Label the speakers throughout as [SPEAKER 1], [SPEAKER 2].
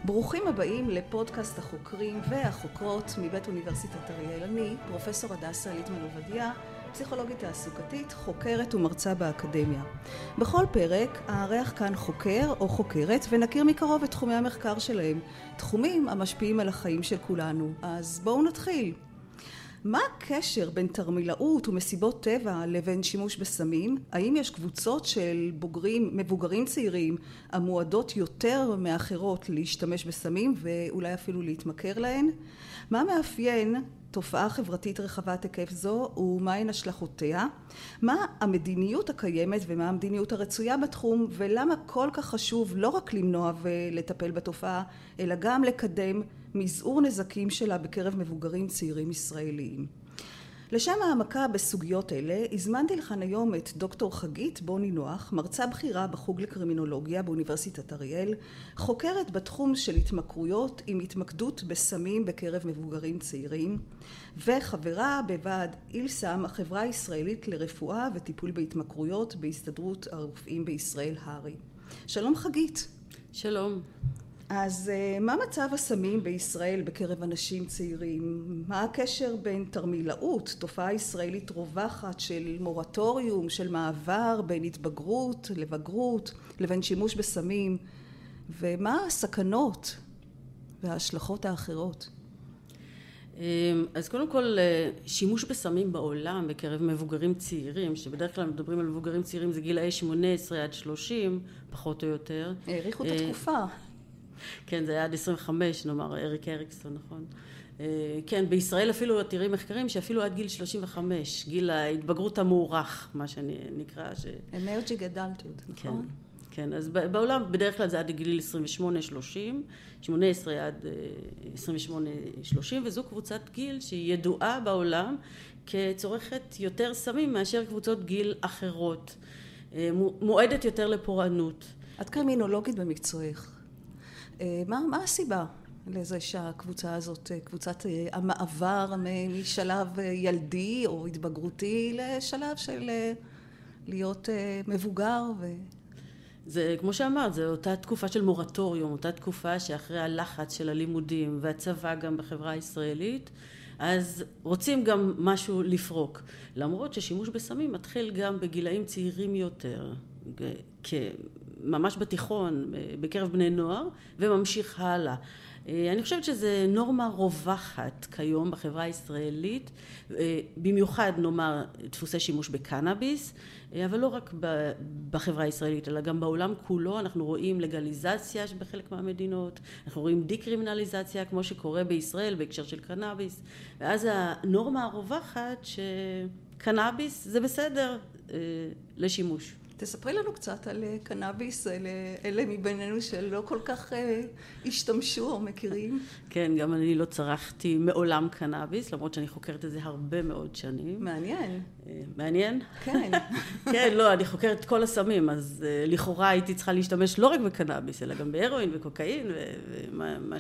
[SPEAKER 1] ברוכים הבאים לפודקאסט החוקרים והחוקרות מבית אוניברסיטת אריאל. אני פרופסור הדסה ליטמן עובדיה, פסיכולוגית תעסוקתית, חוקרת ומרצה באקדמיה. בכל פרק אארח כאן חוקר או חוקרת ונכיר מקרוב את תחומי המחקר שלהם, תחומים המשפיעים על החיים של כולנו. אז בואו נתחיל. מה הקשר בין תרמילאות ומסיבות טבע לבין שימוש בסמים? האם יש קבוצות של מבוגרים צעירים המועדות יותר מאחרות להשתמש בסמים ואולי אפילו להתמכר להן? מה מאפיין תופעה חברתית רחבת היקף זו ומהן השלכותיה? מה המדיניות הקיימת ומה המדיניות הרצויה בתחום, ולמה כל כך חשוב לא רק למנוע ולטפל בתופעה אלא גם לקדם מזעור נזקים שלה בקרב מבוגרים צעירים ישראליים? לשם העמקה בסוגיות אלה הזמנתי לכאן היום את דוקטור חגית בוני נוח, מרצה בכירה בחוג לקרימינולוגיה באוניברסיטת אריאל, חוקרת בתחום של התמכרויות עם התמקדות בסמים בקרב מבוגרים צעירים, וחברה בוועד אילסם, החברה הישראלית לרפואה וטיפול בהתמכרויות בהסתדרות הרופאים בישראל, הר"י. שלום חגית.
[SPEAKER 2] שלום.
[SPEAKER 1] אז מה מצב הסמים בישראל בקרב אנשים צעירים? מה הקשר בין תרמילאות, תופעה ישראלית רווחת של מורטוריום, של מעבר בין התבגרות לבגרות, לבין שימוש בסמים? ומה הסכנות וההשלכות האחרות?
[SPEAKER 2] אז קודם כל, שימוש בסמים בעולם בקרב מבוגרים צעירים, שבדרך כלל מדברים על מבוגרים צעירים, זה גילאי 18 עד 30, פחות או יותר.
[SPEAKER 1] העריכו את התקופה.
[SPEAKER 2] כן, זה היה עד 25, נאמר, אריק אריקסון, נכון? כן, בישראל אפילו תראי מחקרים שאפילו עד גיל 35, גיל ההתבגרות המוערך, מה שנקרא.
[SPEAKER 1] Emerging adulthood, נכון?
[SPEAKER 2] כן, אז בעולם בדרך כלל זה עד גיל 28-30, 18 עד 28-30, וזו קבוצת גיל שהיא ידועה בעולם כצורכת יותר סמים מאשר קבוצות גיל אחרות, מועדת יותר לפורענות.
[SPEAKER 1] את קרימינולוגית במקצועך. מה הסיבה לזה שהקבוצה הזאת, קבוצת המעבר משלב ילדי או התבגרותי לשלב של להיות מבוגר?
[SPEAKER 2] זה, כמו שאמרת, זה אותה תקופה של מורטוריום, אותה תקופה שאחרי הלחץ של הלימודים והצבא גם בחברה הישראלית, אז רוצים גם משהו לפרוק. למרות ששימוש בסמים מתחיל גם בגילאים צעירים יותר, ממש בתיכון, בקרב בני נוער, וממשיך הלאה. אני חושבת שזה נורמה רווחת כיום בחברה הישראלית, במיוחד נאמר דפוסי שימוש בקנאביס, אבל לא רק בחברה הישראלית, אלא גם בעולם כולו. אנחנו רואים לגליזציה בחלק מהמדינות, אנחנו רואים דיקרימינליזציה כמו שקורה בישראל בהקשר של קנאביס, ואז הנורמה הרווחת שקנאביס זה בסדר לשימוש.
[SPEAKER 1] תספרי לנו קצת על קנאביס, אלה מבינינו שלא כל כך השתמשו או מכירים.
[SPEAKER 2] כן, גם אני לא צרכתי מעולם קנאביס, למרות שאני חוקרת את זה הרבה מאוד שנים.
[SPEAKER 1] מעניין.
[SPEAKER 2] מעניין?
[SPEAKER 1] כן.
[SPEAKER 2] כן, לא, אני חוקרת את כל הסמים, אז לכאורה הייתי צריכה להשתמש לא רק בקנאביס, אלא גם בהרואין וקוקאין ומה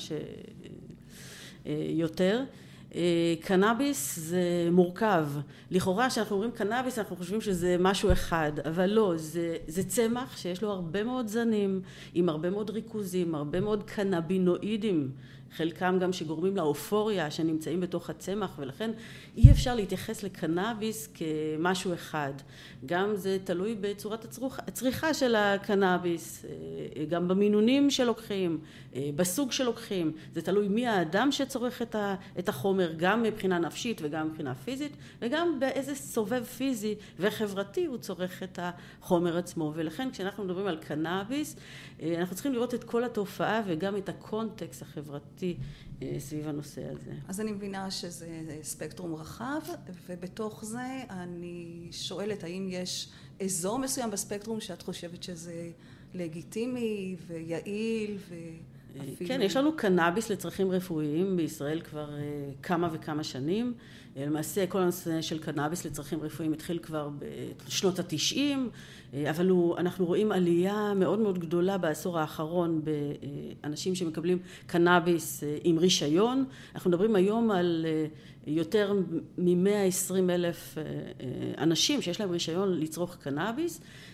[SPEAKER 2] שיותר. קנאביס זה מורכב. לכאורה כשאנחנו אומרים קנאביס אנחנו חושבים שזה משהו אחד, אבל לא, זה צמח שיש לו הרבה מאוד זנים, עם הרבה מאוד ריכוזים, הרבה מאוד קנבינואידים, חלקם גם שגורמים לאופוריה שנמצאים בתוך הצמח, ולכן אי אפשר להתייחס לקנאביס כמשהו אחד. גם זה תלוי בצורת הצריכה של הקנאביס, גם במינונים שלוקחים, בסוג שלוקחים. זה תלוי מי האדם שצורך את החומר, גם מבחינה נפשית וגם מבחינה פיזית, וגם באיזה סובב פיזי וחברתי הוא צורך את החומר עצמו. ולכן כשאנחנו מדברים על קנאביס, אנחנו צריכים לראות את כל התופעה וגם את הקונטקסט החברתי סביב הנושא הזה.
[SPEAKER 1] אז אני מבינה שזה ספקטרום רחב, ובתוך זה אני שואלת האם יש אזור מסוים בספקטרום שאת חושבת שזה לגיטימי ויעיל ואפילו...
[SPEAKER 2] כן, יש לנו קנאביס לצרכים רפואיים בישראל כבר כמה וכמה שנים. למעשה כל הנושא של קנאביס לצרכים רפואיים התחיל כבר בשנות ה-90, אבל אנחנו רואים עלייה מאוד מאוד גדולה בעשור האחרון באנשים שמקבלים קנאביס עם רישיון. אנחנו מדברים היום על יותר מ-120,000 אנשים שיש להם רישיון לצרוך קנאביס,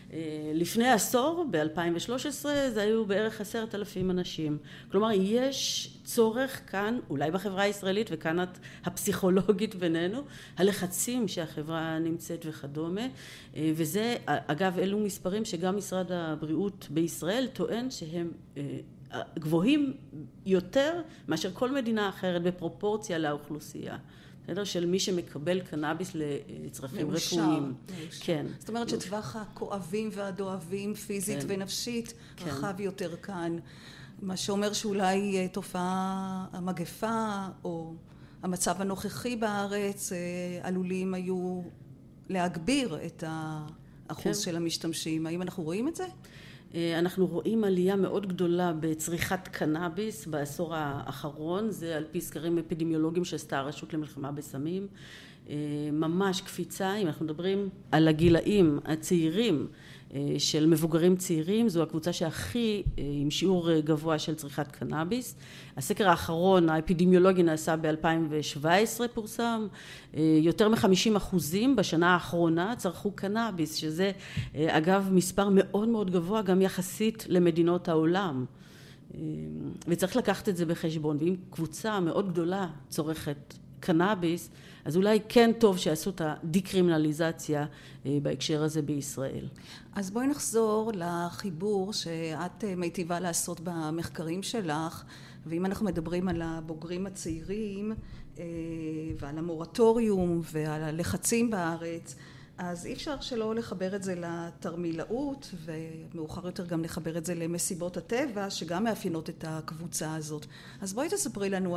[SPEAKER 2] לפני עשור, ב-2013, זה היו בערך 10,000 אנשים. כלומר, יש צורך כאן, אולי בחברה הישראלית, וכאן הפסיכולוגית בינינו, הלחצים שהחברה נמצאת וכדומה, וזה, אגב, אלו מספרים שגם משרד הבריאות בישראל טוען שהם גבוהים יותר מאשר כל מדינה אחרת בפרופורציה לאוכלוסייה. של מי שמקבל קנאביס לצרכים רפואיים.
[SPEAKER 1] כן. זאת אומרת שטווח הכואבים והדואבים פיזית ונפשית רחב יותר כאן, מה שאומר שאולי תופעה המגפה או המצב הנוכחי בארץ עלולים היו להגביר את האחוז של המשתמשים. האם אנחנו רואים את זה?
[SPEAKER 2] אנחנו רואים עלייה מאוד גדולה בצריכת קנאביס בעשור האחרון, זה על פי סקרים אפידמיולוגיים שעשתה הרשות למלחמה בסמים, ממש קפיצה. אם אנחנו מדברים על הגילאים הצעירים של מבוגרים צעירים, זו הקבוצה שהכי עם שיעור גבוה של צריכת קנאביס. הסקר האחרון האפידמיולוגי נעשה ב-2017 פורסם, יותר מ-50% בשנה האחרונה צרכו קנאביס, שזה אגב מספר מאוד מאוד גבוה גם יחסית למדינות העולם. וצריך לקחת את זה בחשבון, ואם קבוצה מאוד גדולה צורכת קנאביס, אז אולי כן טוב שעשו את הדיקרימינליזציה בהקשר הזה בישראל.
[SPEAKER 1] אז בואי נחזור לחיבור שאת מיטיבה לעשות במחקרים שלך, ואם אנחנו מדברים על הבוגרים הצעירים ועל המורטוריום ועל הלחצים בארץ, אז אי אפשר שלא לחבר את זה לתרמילאות, ומאוחר יותר גם לחבר את זה למסיבות הטבע, שגם מאפיינות את הקבוצה הזאת. אז בואי תספרי לנו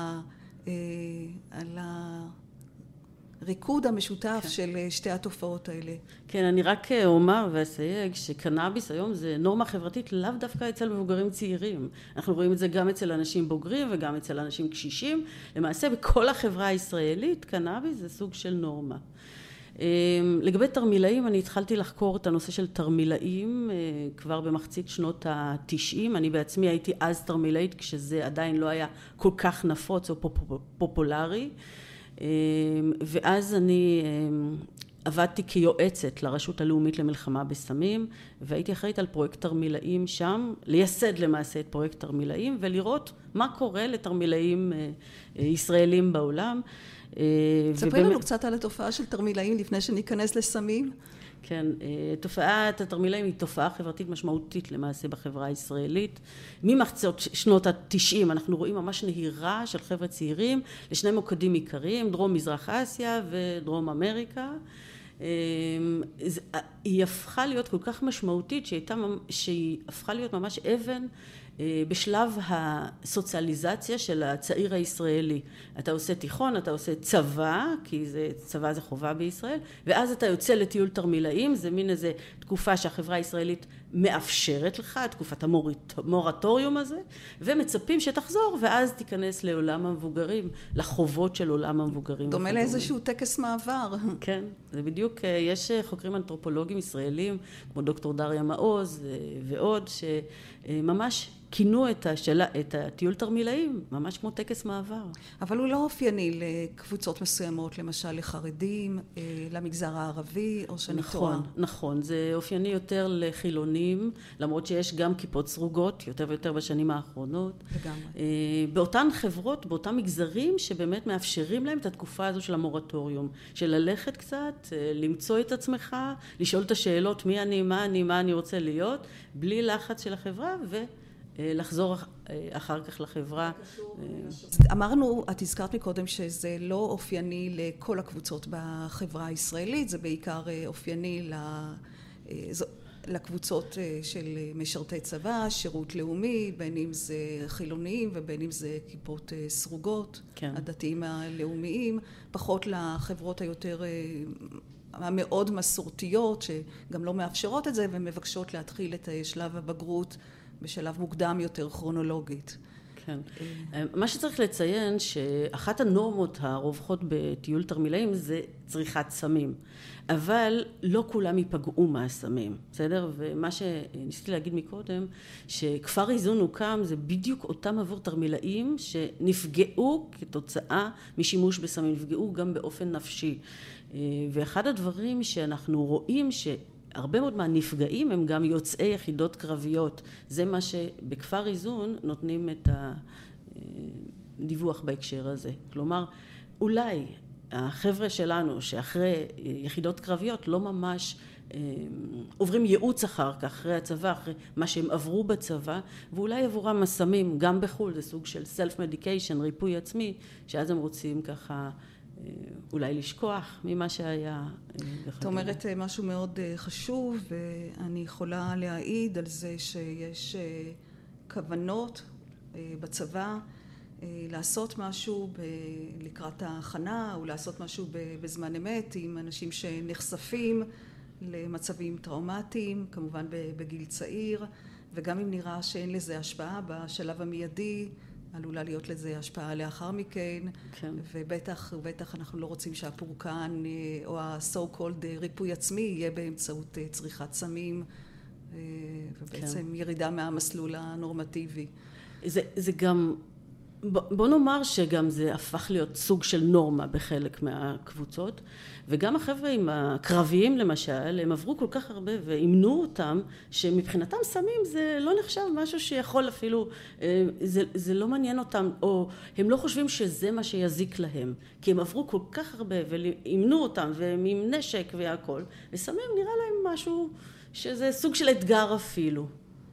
[SPEAKER 1] על הריקוד המשותף של שתי התופעות האלה.
[SPEAKER 2] כן, אני רק אומר ואסייג שקנאביס היום זה נורמה חברתית לאו דווקא אצל מבוגרים צעירים. אנחנו רואים את זה גם אצל אנשים בוגרים וגם אצל אנשים קשישים. למעשה בכל החברה הישראלית קנאביס זה סוג של נורמה. לגבי תרמילאים, אני התחלתי לחקור את הנושא של תרמילאים כבר במחצית שנות ה-90. אני בעצמי הייתי אז תרמילאית כשזה עדיין לא היה כל כך נפוץ או פופולרי. ואז אני עבדתי כיועצת לרשות הלאומית למלחמה בסמים, והייתי אחראית על פרויקט תרמילאים שם, לייסד למעשה את פרויקט תרמילאים ולראות מה קורה לתרמילאים ישראלים בעולם.
[SPEAKER 1] ספרי לנו קצת על התופעה של תרמילאים לפני שניכנס לסמים.
[SPEAKER 2] כן, תופעת התרמילאים היא תופעה חברתית משמעותית למעשה בחברה הישראלית. ממחצות שנות ה-90 אנחנו רואים ממש נהירה של חבר'ה צעירים לשני מוקדים עיקריים, דרום מזרח אסיה ודרום אמריקה. היא הפכה להיות כל כך משמעותית שהיא הפכה להיות ממש אבן בשלב הסוציאליזציה של הצעיר הישראלי. אתה עושה תיכון, אתה עושה צבא, כי צבא זה חובה בישראל, ואז אתה יוצא לטיול תרמילאים, זה מין איזה תקופה שהחברה הישראלית מאפשרת לך, תקופת המורטוריום הזה, ומצפים שתחזור, ואז תיכנס לעולם המבוגרים, לחובות של עולם המבוגרים.
[SPEAKER 1] דומה לאיזשהו טקס מעבר.
[SPEAKER 2] כן, זה בדיוק, יש חוקרים אנתרופולוגים ישראלים, כמו דוקטור דריה מעוז ועוד, שממש כינו את הטיול תרמילאים, ממש כמו טקס מעבר.
[SPEAKER 1] אבל הוא לא אופייני לקבוצות מסוימות, למשל לחרדים, למגזר הערבי, או שאני טועה.
[SPEAKER 2] נכון, זה אופייני יותר לחילונים, למרות שיש גם כיפות סרוגות, יותר ויותר בשנים האחרונות.
[SPEAKER 1] לגמרי.
[SPEAKER 2] באותן חברות, באותם מגזרים, שבאמת מאפשרים להם את התקופה הזו של המורטוריום, של ללכת קצת, למצוא את עצמך, לשאול את השאלות מי אני, מה אני רוצה להיות, בלי לחץ של החברה, לחזור אחר כך לחברה.
[SPEAKER 1] אמרנו, את הזכרת מקודם שזה לא אופייני לכל הקבוצות בחברה הישראלית, זה בעיקר אופייני לקבוצות של משרתי צבא, שירות לאומי, בין אם זה חילוניים ובין אם זה כיפות סרוגות, כן. הדתיים הלאומיים, פחות לחברות היותר המאוד מסורתיות, שגם לא מאפשרות את זה ומבקשות להתחיל את שלב הבגרות בשלב מוקדם יותר כרונולוגית.
[SPEAKER 2] כן. מה שצריך לציין שאחת הנורמות הרווחות בטיול תרמילאים זה צריכת סמים. אבל לא כולם ייפגעו מהסמים, בסדר? ומה שניסיתי להגיד מקודם, שכפר איזון הוקם זה בדיוק אותם עבור תרמילאים שנפגעו כתוצאה משימוש בסמים, נפגעו גם באופן נפשי. ואחד הדברים שאנחנו רואים הרבה מאוד מהנפגעים הם גם יוצאי יחידות קרביות. זה מה שבכפר איזון נותנים את הדיווח בהקשר הזה. כלומר, אולי החבר'ה שלנו שאחרי יחידות קרביות לא ממש עוברים ייעוץ אחר כך, אחרי הצבא, אחרי מה שהם עברו בצבא, ואולי עבורם הסמים, גם בחו"ל, זה סוג של self-medication, ריפוי עצמי, שאז הם רוצים ככה אולי לשכוח ממה שהיה.
[SPEAKER 1] את אומרת משהו מאוד חשוב, ואני יכולה להעיד על זה שיש כוונות בצבא לעשות משהו לקראת ההכנה, או לעשות משהו בזמן אמת עם אנשים שנחשפים למצבים טראומטיים, כמובן בגיל צעיר, וגם אם נראה שאין לזה השפעה בשלב המיידי, עלולה להיות לזה השפעה לאחר מכן, כן. ובטח אנחנו לא רוצים שהפורקן או ה-so called ריפוי עצמי יהיה באמצעות צריכת סמים, ובעצם כן. ירידה מהמסלול הנורמטיבי.
[SPEAKER 2] זה גם, בוא נאמר שגם זה הפך להיות סוג של נורמה בחלק מהקבוצות, וגם החבר'ה עם הקרביים למשל, הם עברו כל כך הרבה ואימנו אותם, שמבחינתם סמים זה לא נחשב משהו שיכול אפילו, זה לא מעניין אותם, או הם לא חושבים שזה מה שיזיק להם, כי הם עברו כל כך הרבה ואימנו אותם, והם עם נשק והכל, וסמים נראה להם משהו שזה סוג של אתגר אפילו.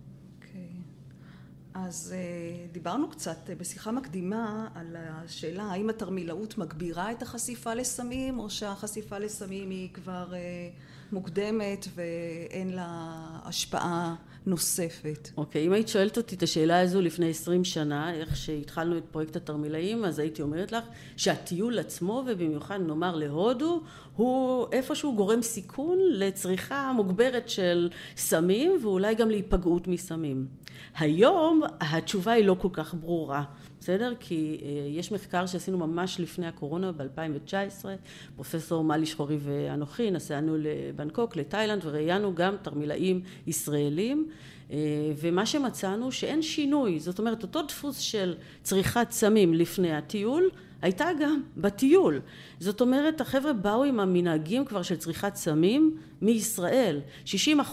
[SPEAKER 1] אז דיברנו קצת בשיחה מקדימה על השאלה האם התרמילאות מגבירה את החשיפה לסמים, או שהחשיפה לסמים היא כבר מוקדמת ואין לה השפעה נוספת.
[SPEAKER 2] אוקיי, אם היית שואלת אותי את השאלה הזו לפני 20 שנה, איך שהתחלנו את פרויקט התרמילאים, אז הייתי אומרת לך שהטיול עצמו, ובמיוחד נאמר להודו, הוא איפשהו גורם סיכון לצריכה מוגברת של סמים, ואולי גם להיפגעות מסמים. היום התשובה היא לא כל כך ברורה, בסדר? כי יש מחקר שעשינו ממש לפני הקורונה ב-2019, פרופסור מלי שחורי ואנוכי נסענו לבנקוק, לתאילנד, וראיינו גם תרמילאים ישראלים, ומה שמצאנו שאין שינוי, זאת אומרת אותו דפוס של צריכת סמים לפני הטיול, הייתה גם בטיול. זאת אומרת, החבר'ה באו עם המנהגים כבר של צריכת סמים מישראל. 60%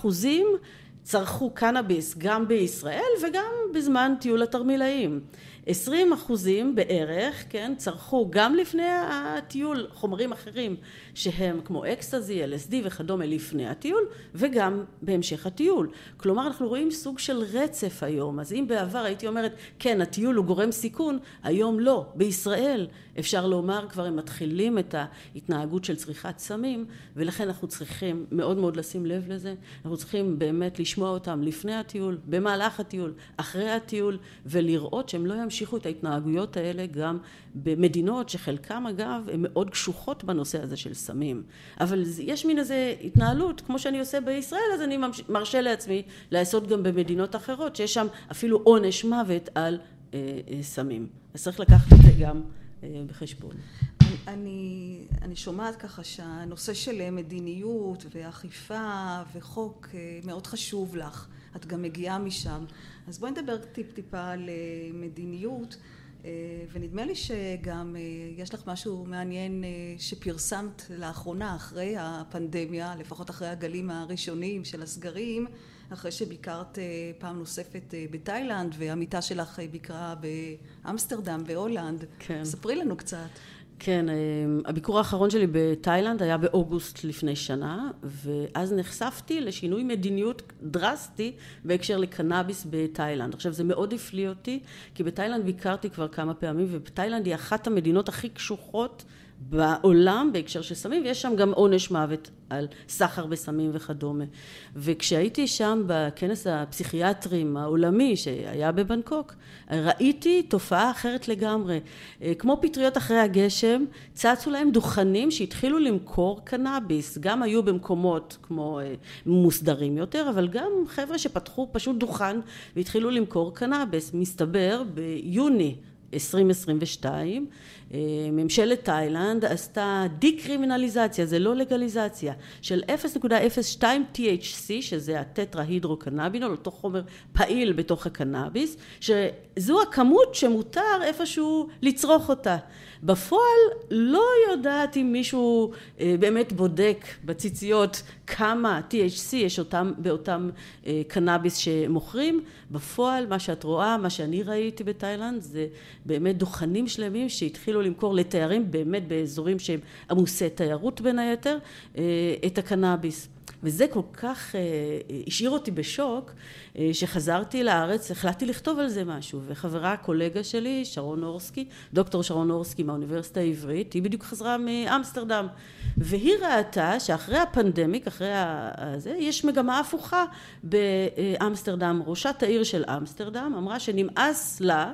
[SPEAKER 2] צרכו קנאביס גם בישראל וגם בזמן טיול התרמילאים. 20% בערך, כן, צרכו גם לפני הטיול חומרים אחרים שהם כמו אקסטזי, LSD וכדומה לפני הטיול וגם בהמשך הטיול. כלומר, אנחנו רואים סוג של רצף היום. אז אם בעבר הייתי אומרת, כן, הטיול הוא גורם סיכון, היום לא. בישראל אפשר לומר, כבר הם מתחילים את ההתנהגות של צריכת סמים, ולכן אנחנו צריכים מאוד מאוד לשים לב לזה. אנחנו צריכים באמת לשמוע אותם לפני הטיול, במהלך הטיול, אחרי הטיול, ולראות שהם לא ימשיכו את ההתנהגויות האלה גם במדינות שחלקם אגב הן מאוד קשוחות בנושא הזה של סמים. אבל יש מין איזה התנהלות, כמו שאני עושה בישראל, אז אני מרשה לעצמי לעשות גם במדינות אחרות, שיש שם אפילו עונש מוות על סמים. אז צריך לקחת את זה גם בחשבון.
[SPEAKER 1] אני שומעת ככה שהנושא של מדיניות ואכיפה וחוק מאוד חשוב לך. את גם מגיעה משם. אז בואי נדבר טיפה על מדיניות, ונדמה לי שגם יש לך משהו מעניין שפרסמת לאחרונה אחרי הפנדמיה, לפחות אחרי הגלים הראשונים של הסגרים, אחרי שביקרת פעם נוספת בתאילנד, והעמיתה שלך ביקרה באמסטרדם, בהולנד. כן. ספרי לנו קצת.
[SPEAKER 2] כן, הביקור האחרון שלי בתאילנד היה באוגוסט לפני שנה, ואז נחשפתי לשינוי מדיניות דרסטי בהקשר לקנאביס בתאילנד. עכשיו, זה מאוד הפליא אותי, כי בתאילנד ביקרתי כבר כמה פעמים, ובתאילנד היא אחת המדינות הכי קשוחות בעולם בהקשר של סמים, ויש שם גם עונש מוות על סחר בסמים וכדומה. וכשהייתי שם בכנס הפסיכיאטרים העולמי שהיה בבנקוק, ראיתי תופעה אחרת לגמרי. כמו פטריות אחרי הגשם, צצו להם דוכנים שהתחילו למכור קנאביס. גם היו במקומות כמו מוסדרים יותר, אבל גם חבר'ה שפתחו פשוט דוכן והתחילו למכור קנאביס. מסתבר ביוני 2022, ממשלת תאילנד עשתה דיקרימינליזציה, זה לא לגליזציה, של 0.02 THC, שזה הטטרה-הידרוקנבינול, אותו חומר פעיל בתוך הקנאביס, שזו הכמות שמותר איפשהו לצרוך אותה. בפועל לא יודעת אם מישהו באמת בודק בציציות כמה THC יש באותם קנאביס שמוכרים. בפועל מה שאת רואה, מה שאני ראיתי בתאילנד, זה באמת דוכנים שלמים שהתחילו למכור לתיירים באמת באזורים שהם עמוסי תיירות בין היתר, את הקנאביס. וזה כל כך השאיר אותי בשוק, שחזרתי לארץ, החלטתי לכתוב על זה משהו, וחברה, קולגה שלי, שרון אורסקי, דוקטור שרון אורסקי מהאוניברסיטה העברית, היא בדיוק חזרה מאמסטרדם, והיא ראתה שאחרי הפנדמיק, אחרי זה, יש מגמה הפוכה באמסטרדם. ראשת העיר של אמסטרדם אמרה שנמאס לה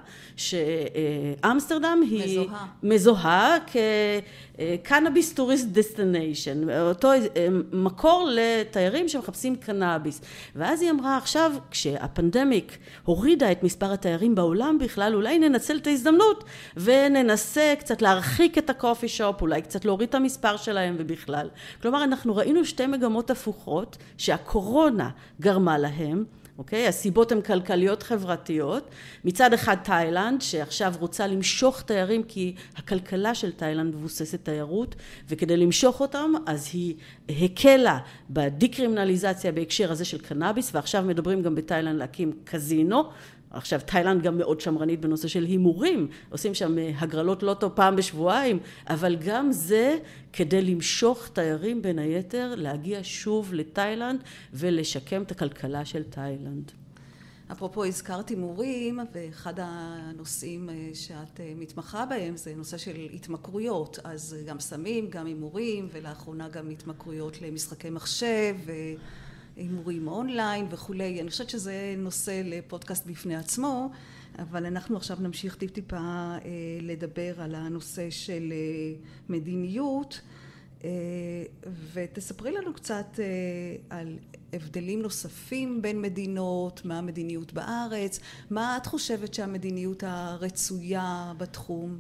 [SPEAKER 2] שאמסטרדם היא מזוהה קנאביס טוריסט דסטיניישן, אותו מקור לתיירים שמחפשים קנאביס. ואז היא אמרה, עכשיו כשהפנדמיק הורידה את מספר התיירים בעולם בכלל, אולי ננצל את ההזדמנות וננסה קצת להרחיק את הקופי שופ, אולי קצת להוריד את המספר שלהם ובכלל. כלומר, אנחנו ראינו שתי מגמות הפוכות שהקורונה גרמה להם, אוקיי? הסיבות הן כלכליות חברתיות. מצד אחד תאילנד, שעכשיו רוצה למשוך תיירים, כי הכלכלה של תאילנד מבוססת תיירות, וכדי למשוך אותם, אז היא הקלה בדיקרימינליזציה בהקשר הזה של קנאביס, ועכשיו מדברים גם בתאילנד להקים קזינו. עכשיו, תאילנד גם מאוד שמרנית בנושא של הימורים, עושים שם הגרלות לוטו פעם בשבועיים, אבל גם זה כדי למשוך תיירים בין היתר, להגיע שוב לתאילנד ולשקם את הכלכלה של תאילנד.
[SPEAKER 1] אפרופו, הזכרת הימורים, ואחד הנושאים שאת מתמחה בהם זה נושא של התמכרויות, אז גם סמים, גם הימורים, ולאחרונה גם התמכרויות למשחקי מחשב, הימורים אונליין וכולי. אני חושבת שזה נושא לפודקאסט בפני עצמו, אבל אנחנו עכשיו נמשיך טיפה לדבר על הנושא של מדיניות, ותספרי לנו קצת על הבדלים נוספים בין מדינות, מה המדיניות בארץ, מה את חושבת שהמדיניות הרצויה בתחום?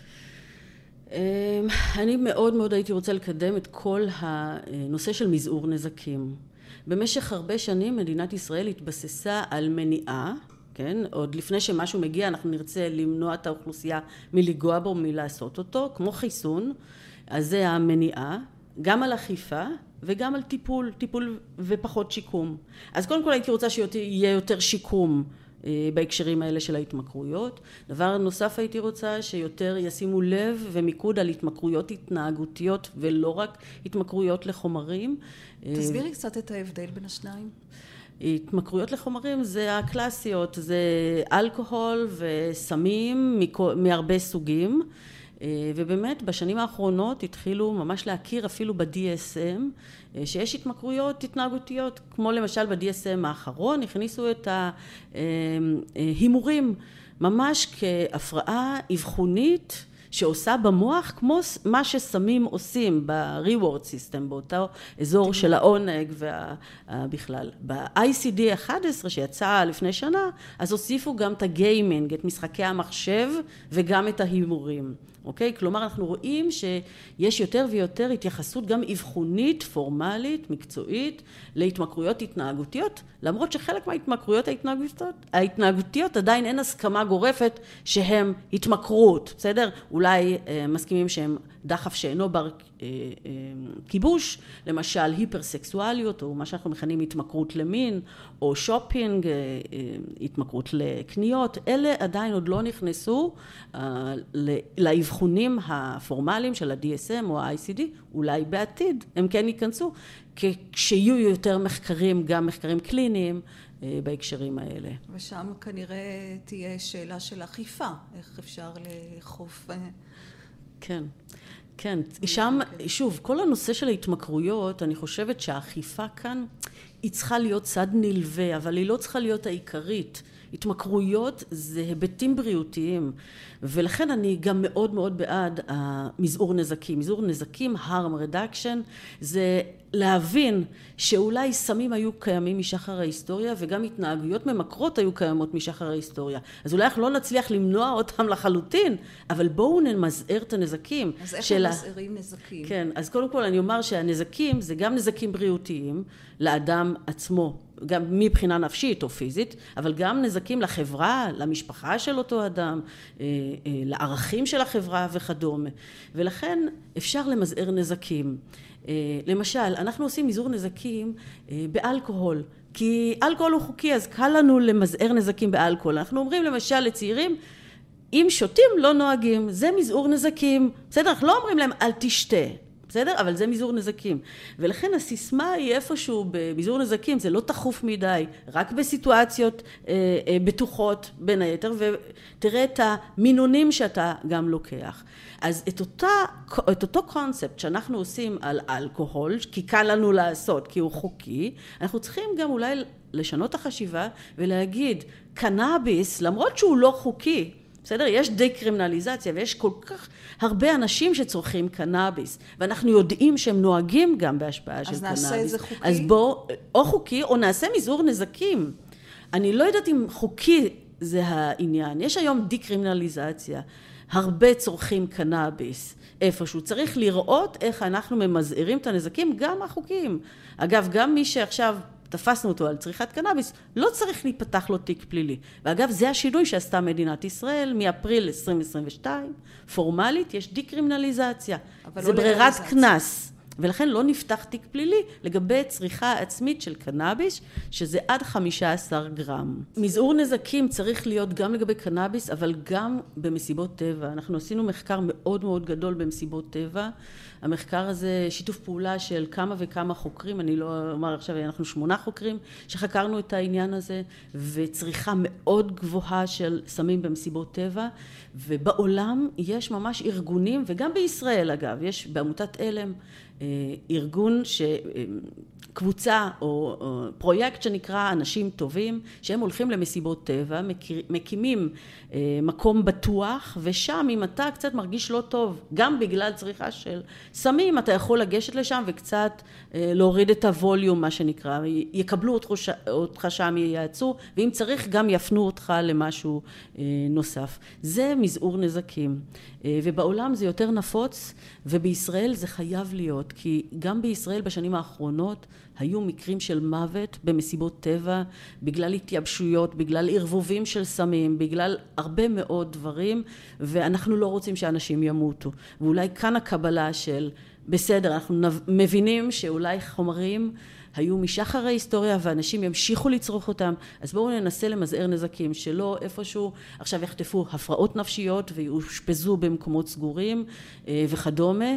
[SPEAKER 2] אני מאוד מאוד הייתי רוצה לקדם את כל הנושא של מזעור נזקים. במשך הרבה שנים מדינת ישראל התבססה על מניעה, כן? עוד לפני שמשהו מגיע אנחנו נרצה למנוע את האוכלוסייה מלגוע בו, מלעשות אותו, כמו חיסון, אז זה המניעה, גם על אכיפה וגם על טיפול ופחות שיקום. אז קודם כל הייתי רוצה שיהיה יותר שיקום בהקשרים האלה של ההתמכרויות. דבר נוסף הייתי רוצה שיותר ישימו לב ומיקוד על התמכרויות התנהגותיות ולא רק התמכרויות לחומרים.
[SPEAKER 1] תסבירי קצת את ההבדל בין השניים.
[SPEAKER 2] התמכרויות לחומרים זה הקלאסיות, זה אלכוהול וסמים מהרבה סוגים, ובאמת בשנים האחרונות התחילו ממש להכיר אפילו ב-DSM שיש התמכרויות התנהגותיות, כמו למשל ב-DSM האחרון הכניסו את ההימורים ממש כהפרעה אבחונית שעושה במוח כמו מה שסמים עושים ב-reward system, באותו אזור של העונג ובכלל. ב-ICD 11 שיצא לפני שנה, אז הוסיפו גם את הגיימינג, את משחקי המחשב וגם את ההימורים. אוקיי? כלומר, אנחנו רואים שיש יותר ויותר התייחסות גם אבחונית, פורמלית, מקצועית, להתמכרויות התנהגותיות, למרות שחלק מההתמכרויות ההתנהגותיות עדיין אין הסכמה גורפת שהם התמכרות, בסדר? אולי מסכימים שהם דחף שאינו בר כיבוש, למשל היפרסקסואליות, או מה שאנחנו מכנים התמכרות למין, או שופינג, התמכרות לקניות, אלה עדיין עוד לא נכנסו לאבחונים הפורמליים של ה-DSM או ה-ICD, אולי בעתיד הם כן ייכנסו, כשיהיו יותר מחקרים, גם מחקרים קליניים, בהקשרים האלה.
[SPEAKER 1] ושם כנראה תהיה שאלה של אכיפה, איך אפשר לאכוף.
[SPEAKER 2] כן. כן, שם, שוב, כל הנושא של ההתמכרויות, אני חושבת שהאכיפה כאן היא צריכה להיות צד נלווה, אבל היא לא צריכה להיות העיקרית. התמכרויות זה היבטים בריאותיים, ולכן אני גם מאוד מאוד בעד המזעור נזקים. מזעור נזקים, harm reduction, זה להבין שאולי סמים היו קיימים משחר ההיסטוריה, וגם התנהגויות ממכרות היו קיימות משחר ההיסטוריה. אז אולי אנחנו לא נצליח למנוע אותם לחלוטין, אבל בואו נמזער את הנזקים.
[SPEAKER 1] אז איך ממזערים נזקים?
[SPEAKER 2] כן, אז קודם כל אני אומר שהנזקים זה גם נזקים בריאותיים לאדם עצמו, גם מבחינה נפשית או פיזית, אבל גם נזקים לחברה, למשפחה של אותו אדם, לערכים של החברה וכדומה. ולכן אפשר למזער נזקים. למשל, אנחנו עושים מזעור נזקים באלכוהול, כי אלכוהול הוא חוקי, אז קל לנו למזער נזקים באלכוהול. אנחנו אומרים למשל לצעירים, אם שותים לא נוהגים, זה מזעור נזקים. בסדר, אנחנו לא אומרים להם אל תשתה. בסדר? אבל זה מזעור נזקים. ולכן הסיסמה היא איפשהו במזעור נזקים, זה לא תחוף מדי, רק בסיטואציות בטוחות בין היתר, ותראה את המינונים שאתה גם לוקח. אז את אותו קונספט שאנחנו עושים על אלכוהול, כי קל לנו לעשות, כי הוא חוקי, אנחנו צריכים גם אולי לשנות החשיבה ולהגיד, קנאביס, למרות שהוא לא חוקי, בסדר? יש די-קרימינליזציה ויש כל כך הרבה אנשים שצורכים קנאביס, ואנחנו יודעים שהם נוהגים גם בהשפעה של קנאביס.
[SPEAKER 1] אז נעשה את זה חוקי?
[SPEAKER 2] אז בוא, או חוקי או נעשה מזעור נזקים. אני לא יודעת אם חוקי זה העניין. יש היום די-קרימינליזציה. הרבה צורכים קנאביס איפשהו. צריך לראות איך אנחנו ממזערים את הנזקים, גם החוקיים. אגב, גם מי שעכשיו תפסנו אותו על צריכת קנאביס, לא צריך להיפתח לו תיק פלילי. ואגב, זה השינוי שעשתה מדינת ישראל מאפריל 2022. פורמלית יש די-קרימינליזציה. זה ברירת קנס. ולכן לא נפתח תיק פלילי לגבי צריכה עצמית של קנאביס, שזה עד 15 גרם. מזעור נזקים צריך להיות גם לגבי קנאביס, אבל גם במסיבות טבע. אנחנו עשינו מחקר מאוד מאוד גדול במסיבות טבע. המחקר הזה שיתוף פעולה של כמה וכמה חוקרים, אני לא אומר עכשיו, אנחנו 8 חוקרים שחקרנו את העניין הזה, וצריכה מאוד גבוהה של סמים במסיבות טבע, ובעולם יש ממש ארגונים, וגם בישראל אגב, יש בעמותת אלם, ארגון קבוצה או פרויקט שנקרא אנשים טובים, שהם הולכים למסיבות טבע, מקימים מקום בטוח, ושם אם אתה קצת מרגיש לא טוב, גם בגלל צריכה של סמים, אתה יכול לגשת לשם וקצת להוריד את הווליום, מה שנקרא, יקבלו אותך שם, ייעצו, ואם צריך גם יפנו אותך למשהו נוסף. זה מזעור נזקים, ובעולם זה יותר נפוץ, ובישראל זה חייב להיות, כי גם בישראל בשנים האחרונות היו מקרים של מוות במסיבות טבע, בגלל התייבשויות, בגלל ערבובים של סמים, בגלל הרבה מאוד דברים, ואנחנו לא רוצים שאנשים ימותו. ואולי כאן הקבלה של, בסדר, אנחנו מבינים שאולי חומרים היו משחר ההיסטוריה ואנשים ימשיכו לצרוך אותם, אז בואו ננסה למזער נזקים, שלא איפשהו עכשיו יחטפו הפרעות נפשיות ויושפזו במקומות סגורים וכדומה,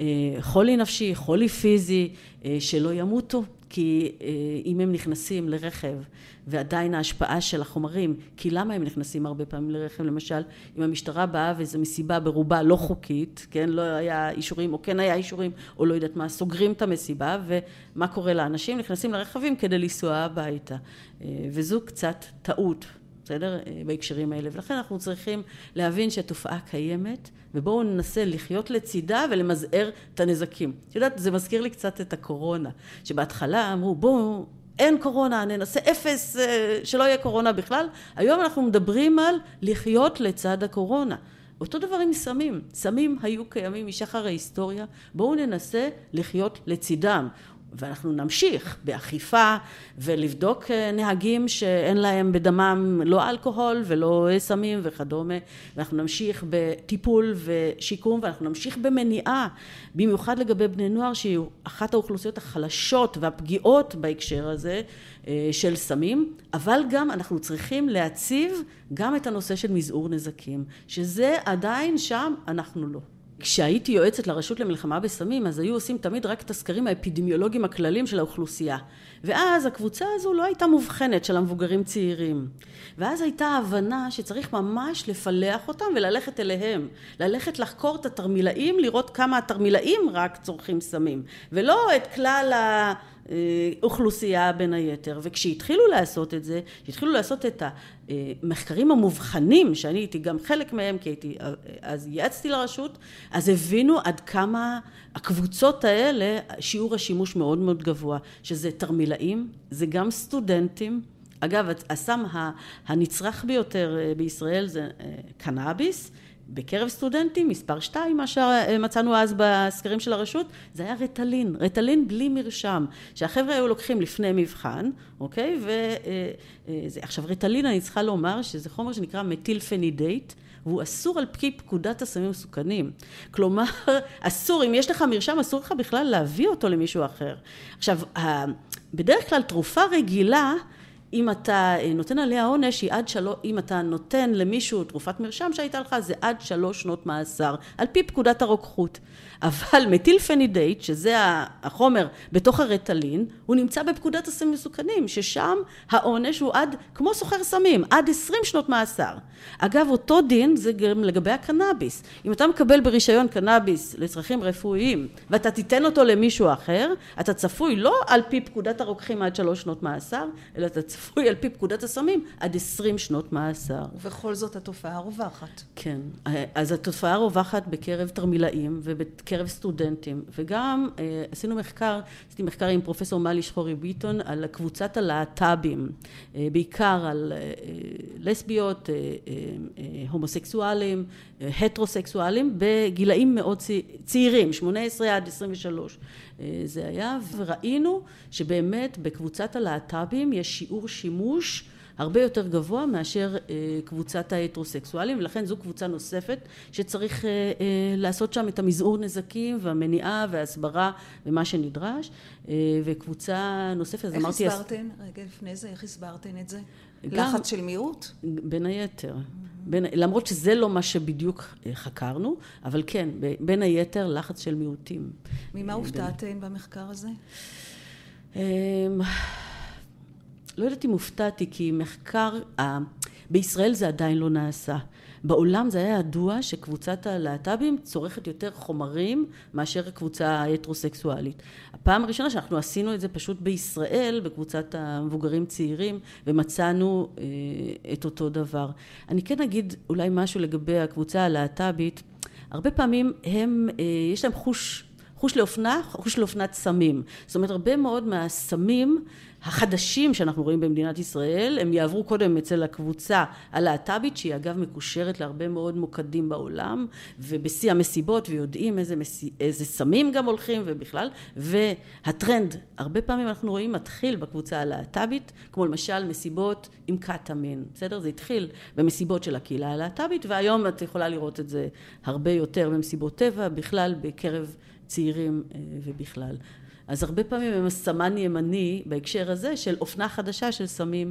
[SPEAKER 2] חולי נפשי, חולי פיזי, שלא ימותו, כי אם הם נכנסים לרכב ועדיין ההשפעה של החומרים, כי למה הם נכנסים הרבה פעמים לרכב? למשל, אם המשטרה באה וזו מסיבה ברובה לא חוקית, כן, לא היה אישורים או כן היה אישורים או לא יודעת מה, סוגרים את המסיבה, ומה קורה לאנשים? נכנסים לרכבים כדי לנסוע הביתה, וזו קצת טעות, בסדר? בהקשרים האלה, ולכן אנחנו צריכים להבין שהתופעה קיימת, ובואו ננסה לחיות לצידה ולמזער את הנזקים. את יודעת, זה מזכיר לי קצת את הקורונה, שבהתחלה אמרו, בואו, אין קורונה, ננסה אפס, שלא יהיה קורונה בכלל. היום אנחנו מדברים על לחיות לצד הקורונה. אותו דבר עם סמים. סמים היו קיימים משחר ההיסטוריה, בואו ננסה לחיות לצידם. ואנחנו נמשיך באכיפה ולבדוק נהגים שאין להם בדמם לא אלכוהול ולא סמים וכדומה, ואנחנו נמשיך בטיפול ושיקום, ואנחנו נמשיך במניעה, במיוחד לגבי בני נוער שהיא אחת האוכלוסיות החלשות והפגיעות בהקשר הזה של סמים, אבל גם אנחנו צריכים להציב גם את הנושא של מזעור נזקים, שזה עדיין שם אנחנו לא. כשהייתי יועצת לרשות למלחמה בסמים, אז היו עושים תמיד רק את הסקרים האפידמיולוגיים הכלליים של האוכלוסייה. ואז הקבוצה הזו לא הייתה מובחנת של המבוגרים צעירים. ואז הייתה הבנה שצריך ממש לפלח אותם וללכת אליהם. ללכת לחקור את התרמילאים, לראות כמה התרמילאים רק צורכים סמים. ולא את כלל אוכלוסייה בין היתר. וכשהתחילו לעשות את זה, התחילו לעשות את המחקרים המובחנים, שאני הייתי גם חלק מהם, כי הייתי, אז ייעצתי לרשות, אז הבינו עד כמה הקבוצות האלה, שיעור השימוש מאוד מאוד גבוה, שזה תרמילאים, זה גם סטודנטים, אגב, הסם הנצרך ביותר בישראל זה קנאביס, בקרב סטודנטים, מספר 2, מה שמצאנו אז בסקרים של הרשות, זה היה ריטלין, ריטלין בלי מרשם, שהחבר'ה היו לוקחים לפני מבחן, אוקיי? עכשיו, ריטלין, אני צריכה לומר שזה חומר שנקרא מטילפנידייט, והוא אסור על פי פקודת הסמים המסוכנים. כלומר, אסור, אם יש לך מרשם, אסור לך בכלל להביא אותו למישהו אחר. עכשיו, בדרך כלל תרופה רגילה, אם אתה נותן עליה עונש, אם אתה נותן למישהו תרופת מרשם שהייתה לך, זה עד 3 שנות מאסר, על פי פקודת הרוקחות. אבל מטילפנידייט, שזה החומר בתוך הריטלין, הוא נמצא בפקודת הסמים המסוכנים, ששם העונש הוא כמו סוחר סמים, עד 20 שנות מאסר. אגב, אותו דין זה גם לגבי הקנאביס. אם אתה מקבל ברישיון קנאביס לצרכים רפואיים, ואתה תיתן אותו למישהו אחר, אתה צפוי לא על פי פקודת הרוקחים עד 3 שנות מאסר, אלא אתה צפוי על פי פקודת הסמים עד 20 שנות מאסר.
[SPEAKER 1] ובכל זאת התופעה רווחת.
[SPEAKER 2] כן, אז התופעה רווחת בקרב תרמילאים ובקרב סטודנטים, וגם עשיתי מחקר עם פרופסור מלי שחורי ביטון על קבוצת הלהט"בים, בעיקר על לסביות, הומוסקסואלים, הטרוסקסואלים, בגילאים מאוד צעירים, 18 עד 23. זה היה, וראינו שבאמת בקבוצת הלהט"בים יש שיעור שימוש הרבה יותר גבוה מאשר קבוצת ההטרוסקסואלים, ולכן זו קבוצה נוספת שצריך לעשות שם את המזעור נזקים והמניעה וההסברה ומה שנדרש, וקבוצה נוספת, אז אמרתי...
[SPEAKER 1] איך הסברתן? רגע לפני זה, איך הסברתן את זה? לחץ של מיעוט?
[SPEAKER 2] בין היתר. למרות שזה לא מה שבדיוק חקרנו, אבל כן, בין היתר לחץ של מיעוטים.
[SPEAKER 1] ממה הופתעתן במחקר הזה?
[SPEAKER 2] לא יודעת אם הופתעתי, כי מחקר, בישראל זה עדיין לא נעשה. בעולם זה היה ידוע שקבוצת הלהט"בים צורכת יותר חומרים מאשר הקבוצה ההטרוסקסואלית. הפעם הראשונה שאנחנו עשינו את זה פשוט בישראל, בקבוצת המבוגרים צעירים, ומצאנו את אותו דבר. אני כן אגיד אולי משהו לגבי הקבוצה הלהט"בית. הרבה פעמים יש להם חוש לאופנת סמים. זאת אומרת, הרבה מאוד מהסמים החדשים שאנחנו רואים במדינת ישראל, הם יעברו קודם אצל הקבוצה הלהט"בית, שהיא אגב מקושרת להרבה מאוד מוקדים בעולם, ובשיא המסיבות, ויודעים איזה סמים גם הולכים ובכלל, והטרנד, הרבה פעמים אנחנו רואים, מתחיל בקבוצה הלהט"בית, כמו למשל מסיבות עם קטמין, בסדר? זה התחיל במסיבות של הקהילה הלהט"בית, והיום את יכולה לראות את זה הרבה יותר במסיבות טבע, בכלל בקרב צעירים ובכלל. אז הרבה פעמים הם סמן ימני בהקשר הזה של אופנה חדשה של סמים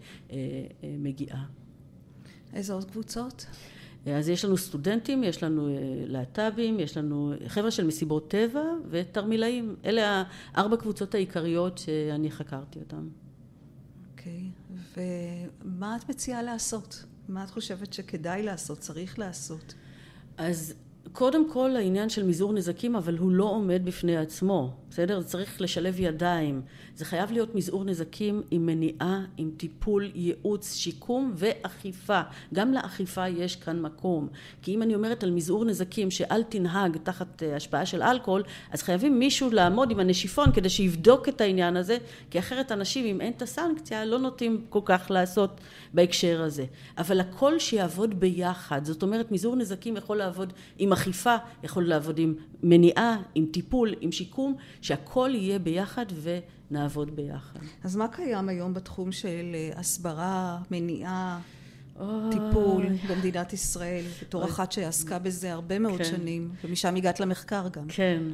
[SPEAKER 2] שמגיעה.
[SPEAKER 1] איזה עוד קבוצות?
[SPEAKER 2] אז יש לנו סטודנטים, יש לנו להט"בים, יש לנו חבר'ה של מסיבות טבע ותרמילאים. אלה 4 קבוצות העיקריות שאני חקרתי אותן.
[SPEAKER 1] אוקיי, ומה את מציעה לעשות? מה את חושבת שכדאי לעשות, צריך לעשות?
[SPEAKER 2] אז קודם כל העניין של מזעור נזקים, אבל הוא לא עומד בפני עצמו, בסדר? זה צריך לשלב ידיים. זה חייב להיות מזעור נזקים עם מניעה, עם טיפול, ייעוץ, שיקום ואכיפה. גם לאכיפה יש כאן מקום. כי אם אני אומרת על מזעור נזקים שאל תנהג תחת השפעה של אלכוהול, אז חייבים מישהו לעמוד עם הנשיפון כדי שיבדוק את העניין הזה, כי אחרת אנשים, אם אין את הסנקציה, לא נוטים כל כך לעשות בהקשר הזה. אבל הכל שיעבוד ביחד. זאת אומרת, מזעור נזקים יכול לעבוד עם אכיפה, יכול לעבוד עם מניעה, עם טיפול, עם שיקום, שהכל יהיה ביחד ונעבוד ביחד.
[SPEAKER 1] אז מה קיים היום בתחום של הסברה, מניעה, טיפול במדינת ישראל, בתור אחת שעסקה בזה הרבה מאוד שנים, ומשם הגעת למחקר גם.
[SPEAKER 2] כן.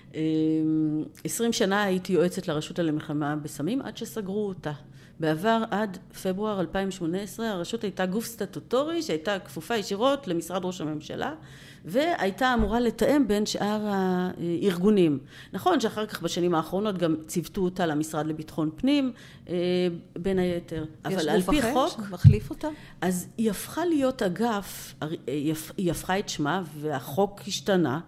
[SPEAKER 2] 20 שנה הייתי יועצת לרשות למלחמה בסמים, עד שסגרו אותה. בעבר עד פברואר 2018 הרשות הייתה גוף סטטוטורי שהייתה כפופה ישירות למשרד ראש הממשלה, והייתה אמורה לתאם בין שאר הארגונים. נכון שאחר כך בשנים האחרונות גם צוותו אותה למשרד לביטחון פנים, בין היתר. אבל על פי חוק...
[SPEAKER 1] מחליף אותה?
[SPEAKER 2] אז היא הפכה להיות אגף, היא הפכה את שמה והחוק השתנה,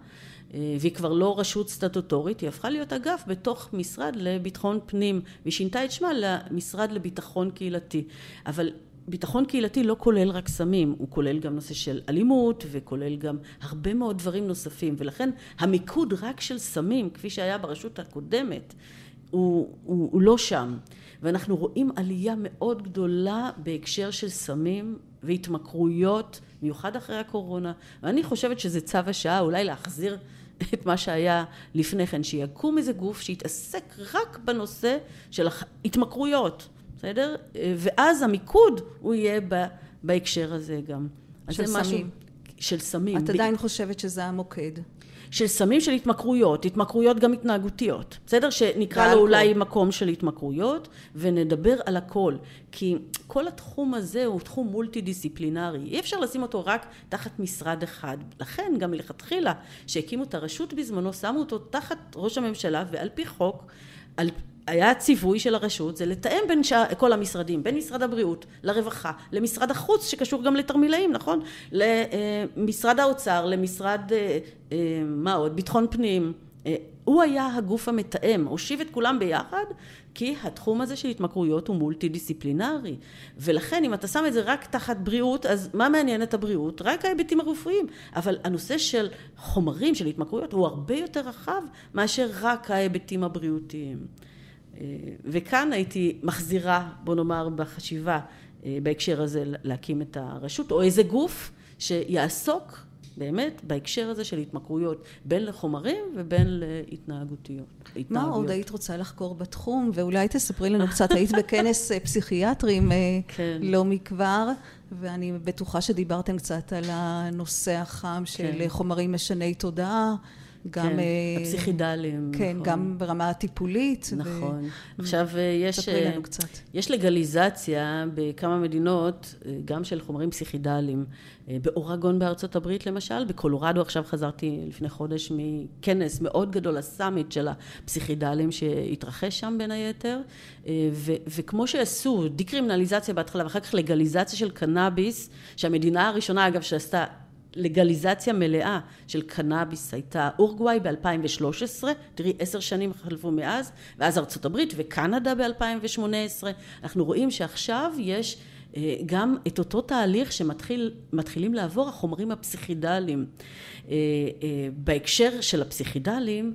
[SPEAKER 2] והיא כבר לא רשות סטטוטורית, היא הפכה להיות אגף בתוך משרד לביטחון פנים, ושינתה את שמה למשרד לביטחון קהילתי. אבל ביטחון קהילתי לא כולל רק סמים, הוא כולל גם נושא של אלימות, וכולל גם הרבה מאוד דברים נוספים, ולכן המיקוד רק של סמים, כפי שהיה ברשות הקודמת, הוא לא שם. ואנחנו רואים עלייה מאוד גדולה בהקשר של סמים והתמכרויות, מיוחד אחרי הקורונה, ואני חושבת שזה צו השעה, אולי להחזיר את מה שהיה לפני כן, שיקום איזה גוף שיתעסק רק בנושא של התמכרויות, בסדר? ואז המיקוד הוא יהיה בהקשר הזה גם.
[SPEAKER 1] של סמים.
[SPEAKER 2] של סמים.
[SPEAKER 1] את עדיין חושבת שזה המוקד.
[SPEAKER 2] של סמים, של התמכרויות גם התנהגותיות. בסדר? שנקרא לו אולי מקום של התמכרויות, ונדבר על הכל. כי כל התחום הזה הוא תחום מולטי-דיסציפלינרי. אי אפשר לשים אותו רק תחת משרד אחד. לכן גם מלכתחילה, שהקימו את הרשות בזמנו, שמו אותו תחת ראש הממשלה, ועל פי חוק, היה הציווי של הרשות, זה לתאם בין כל המשרדים, בין משרד הבריאות, לרווחה, למשרד החוץ, שקשור גם לתרמילאים, נכון? למשרד האוצר, למשרד, מה עוד? ביטחון פנים. הוא היה הגוף המתאם, הושיב את כולם ביחד, כי התחום הזה של התמכרויות הוא מולטי-דיסציפלינרי. ולכן, אם אתה שם את זה רק תחת בריאות, אז מה מעניין את הבריאות? רק ההיבטים הרפואיים. אבל הנושא של חומרים, של התמכרויות, הוא הרבה יותר רחב מאשר רק ההיבטים הבריאותיים. וכאן הייתי מחזירה, בוא נאמר, בחשיבה, בהקשר הזה להקים את הרשות, או איזה גוף שיעסוק באמת בהקשר הזה של התמכרויות, בין לחומרים ובין להתנהגותיות.
[SPEAKER 1] מה עוד היית רוצה לחקור בתחום? ואולי תספרי לנו קצת, היית בכנס פסיכיאטרים לא מכבר, ואני בטוחה שדיברתם קצת על הנושא החם של חומרים משני תודעה, גם
[SPEAKER 2] הפסיכידלים.
[SPEAKER 1] כן, גם ברמה הטיפולית.
[SPEAKER 2] נכון. עכשיו יש לגליזציה בכמה מדינות, גם של חומרים פסיכידליים. באורגון בארצות הברית למשל, בקולורדו עכשיו חזרתי לפני חודש מכנס מאוד גדול, הסאמיט של הפסיכידלים שהתרחש שם בין היתר, וכמו שעשו דיקרימינליזציה בהתחלה ואחר כך לגליזציה של קנאביס, שהמדינה הראשונה אגב שעשתה לגליזציה מלאה של קנאביס הייתה אורוגוואי ב-2013, תראי 10 שנים חלפו מאז, ואז ארצות הברית וקנדה ב-2018, אנחנו רואים שעכשיו יש גם את אותו תהליך שמתחילים לעבור החומרים הפסיכידליים. בהקשר של הפסיכידליים,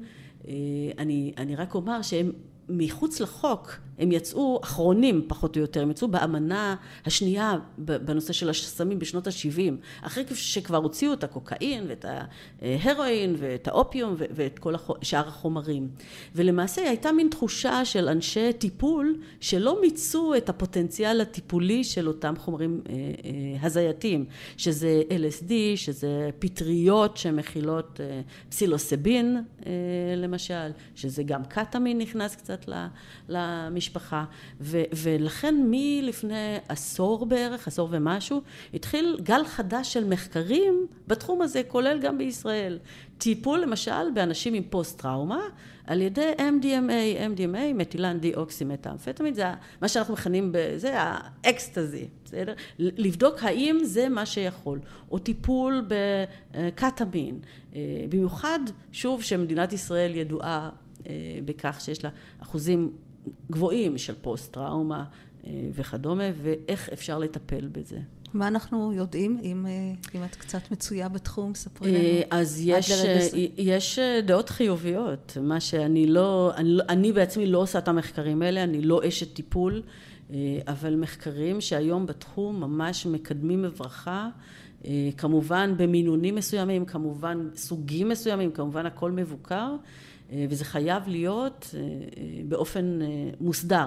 [SPEAKER 2] אני רק אומר שהם מחוץ לחוק, הם יצאו אחרונים פחות או יותר, הם יצאו באמנה השנייה בנושא של הסמים בשנות ה-70, אחרי שכבר הוציאו את הקוקאין ואת ההרואין ואת האופיום ואת כל שאר החומרים. ולמעשה הייתה מין תחושה של אנשי טיפול שלא מיצו את הפוטנציאל הטיפולי של אותם חומרים הזייתיים, שזה LSD, שזה פטריות שמכילות פסילוסיבין למשל, שזה גם קטמין נכנס קצת למשפחה, ולכן מלפני עשור בערך, עשור ומשהו, התחיל גל חדש של מחקרים בתחום הזה, כולל גם בישראל. טיפול למשל באנשים עם פוסט-טראומה, על ידי MDMA, מתילן דיאוקסימתאמפטמין, זה מה שאנחנו מכנים, זה האקסטזי, בסדר? לבדוק האם זה מה שיכול, או טיפול בקטמין, במיוחד, שוב, שמדינת ישראל ידועה בכך שיש לה אחוזים גבוהים של פוסט-טראומה וכדומה, ואיך אפשר לטפל בזה.
[SPEAKER 1] מה אנחנו יודעים, אם את קצת מצויה בתחום, ספרי לנו.
[SPEAKER 2] אז יש דעות חיוביות, מה שאני לא, אני בעצמי לא עושה את המחקרים האלה, אני לא אשת טיפול, אבל מחקרים שהיום בתחום ממש מקדמים בברכה, כמובן במינונים מסוימים, כמובן סוגים מסוימים, כמובן הכל מבוקר, וזה חייב להיות באופן מוסדר.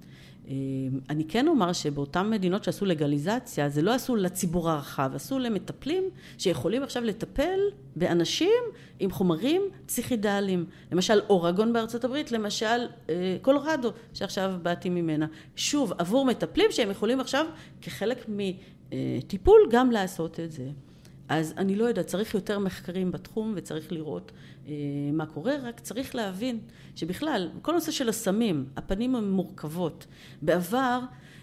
[SPEAKER 2] אני כן אומר שבאותן מדינות שעשו לגליזציה, זה לא עשו לציבור הרחב, עשו למטפלים שיכולים עכשיו לטפל באנשים עם חומרים פסיכידליים. למשל אורגון בארצות הברית, למשל קולורדו, שעכשיו באתי ממנה. שוב, עבור מטפלים שהם יכולים עכשיו כחלק מטיפול גם לעשות את זה. אז אני לא יודעת, צריך יותר מחקרים בתחום וצריך לראות מה קורה, רק צריך להבין שבכלל, כל נושא של הסמים, הפנים הן מורכבות. בעבר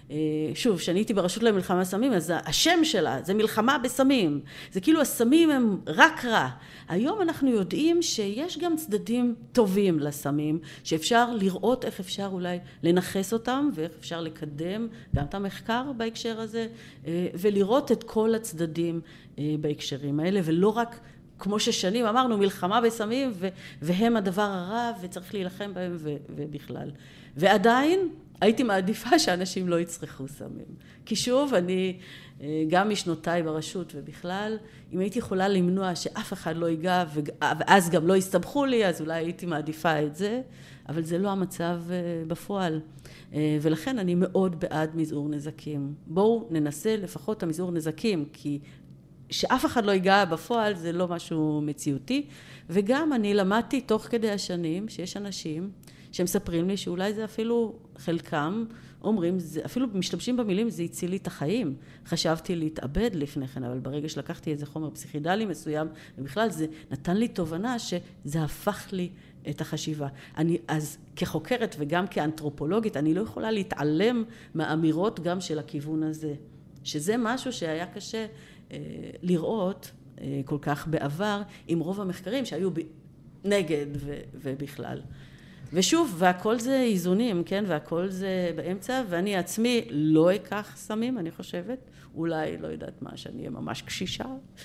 [SPEAKER 2] שוב, כשאני הייתי ברשות למלחמה בסמים, אז השם שלה זה מלחמה בסמים. זה כאילו הסמים הם רק רע. היום אנחנו יודעים שיש גם צדדים טובים לסמים, שאפשר לראות איך אפשר אולי לנחס אותם, ואיך אפשר לקדם גם את המחקר בהקשר הזה, ולראות את כל הצדדים בהקשרים האלה, ולא רק כמו ששנים אמרנו, מלחמה בסמים, והם הדבר הרע, וצריך להילחם בהם ובכלל. ועדיין הייתי מעדיפה שאנשים לא יצרכו סמים. כי שוב, אני גם משנותיי ברשות ובכלל, אם הייתי יכולה למנוע שאף אחד לא ייגע, ואז גם לא יסתבכו לי, אז אולי הייתי מעדיפה את זה, אבל זה לא המצב בפועל. ולכן אני מאוד בעד מזעור נזקים. בואו ננסה לפחות המזעור נזקים, כי שאף אחד לא ייגע בפועל זה לא משהו מציאותי, וגם אני למדתי תוך כדי השנים שיש אנשים שמספרים לי שאולי זה אפילו חלקם אומרים, אפילו משתמשים במילים, זה הציל לי את החיים. חשבתי להתאבד לפני כן, אבל ברגע שלקחתי איזה חומר פסיכידלי מסוים, ובכלל זה נתן לי תובנה שזה הפך לי את החשיבה. אז כחוקרת וגם כאנתרופולוגית, אני לא יכולה להתעלם מהאמירות גם של הכיוון הזה. שזה משהו שהיה קשה לראות כל כך בעבר עם רוב המחקרים שהיו נגד ובכלל. ושוב, והכל זה איזונים, כן? והכל זה באמצע, ואני עצמי לא אקח סמים, אני חושבת. אולי, לא יודעת מה, שאני אהיה ממש קשישה.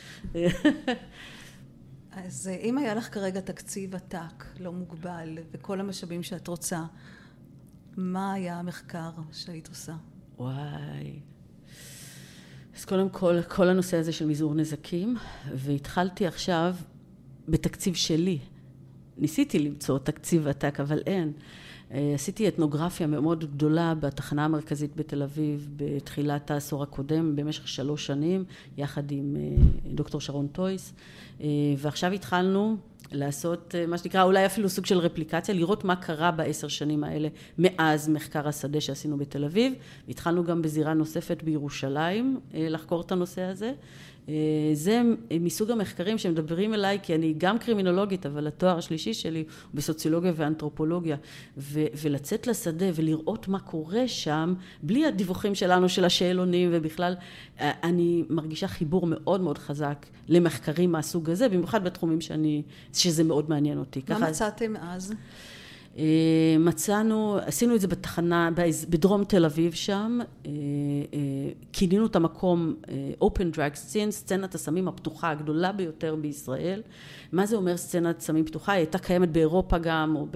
[SPEAKER 1] אז אם היה לך כרגע תקציב עתק, לא מוגבל, וכל המשאבים שאת רוצה, מה היה המחקר שהיית עושה?
[SPEAKER 2] וואי. אז קודם כל הנושא הזה של מזעור נזקים, והתחלתי עכשיו בתקציב שלי. ניסיתי למצוא תקציב עתק, אבל אין. עשיתי אתנוגרפיה מאוד גדולה בתחנה המרכזית בתל אביב, בתחילת העשור הקודם, במשך 3 שנים, יחד עם דוקטור שרון טויס, ועכשיו התחלנו לעשות מה שנקרא, אולי אפילו סוג של רפליקציה, לראות מה קרה ב10 שנים האלה, מאז מחקר השדה שעשינו בתל אביב. התחלנו גם בזירה נוספת בירושלים, לחקור את הנושא הזה. זה מסוג המחקרים שמדברים אליי, כי אני גם קרימינולוגית, אבל התואר השלישי שלי הוא בסוציולוגיה ואנתרופולוגיה, ולצאת לשדה ולראות מה קורה שם, בלי הדיווחים שלנו של השאלונים, ובכלל אני מרגישה חיבור מאוד מאוד חזק למחקרים מהסוג הזה, במיוחד בתחומים שזה מאוד מעניין אותי.
[SPEAKER 1] מה מצאתם אז?
[SPEAKER 2] עשינו את זה בתחנה, בדרום תל אביב שם, כינינו את המקום Open Drug Scene, סצנת הסמים הפתוחה הגדולה ביותר בישראל. מה זה אומר סצנת סמים פתוחה? היא הייתה קיימת באירופה גם, או